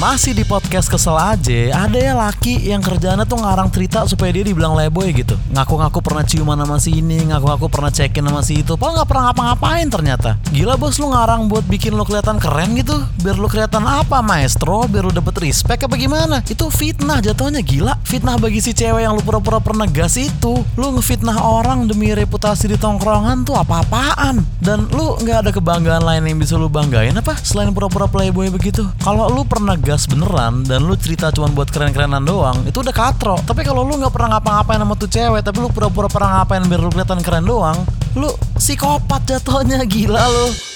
Masih di podcast Kesel Aja, ada ya laki yang kerjaannya tuh ngarang cerita supaya dia dibilang playboy gitu. Ngaku-ngaku pernah ciuman sama si ini, ngaku-ngaku pernah cekin sama si itu, padahal gak pernah ngapa-ngapain ternyata. Gila bos, lu ngarang buat bikin lu kelihatan keren gitu? Biar lu kelihatan apa, maestro? Biar lu dapet respect apa gimana? Itu fitnah jatuhnya, gila. Fitnah bagi si cewek yang lu pura-pura pernah gas itu. Lu ngefitnah orang demi reputasi di tongkrongan tuh apa-apaan? Dan lu gak ada kebanggaan lain yang bisa lu banggain apa? Selain pura-pura playboy begitu. Kalau lu pernah gas beneran dan lu cerita cuma buat keren-kerenan doang, itu udah katro. Tapi kalau lu gak pernah ngapa-ngapain sama tuh cewek, tapi lu pura-pura pernah ngapain biar lu kelihatan keren doang, lu psikopat jatuhnya, gila lu.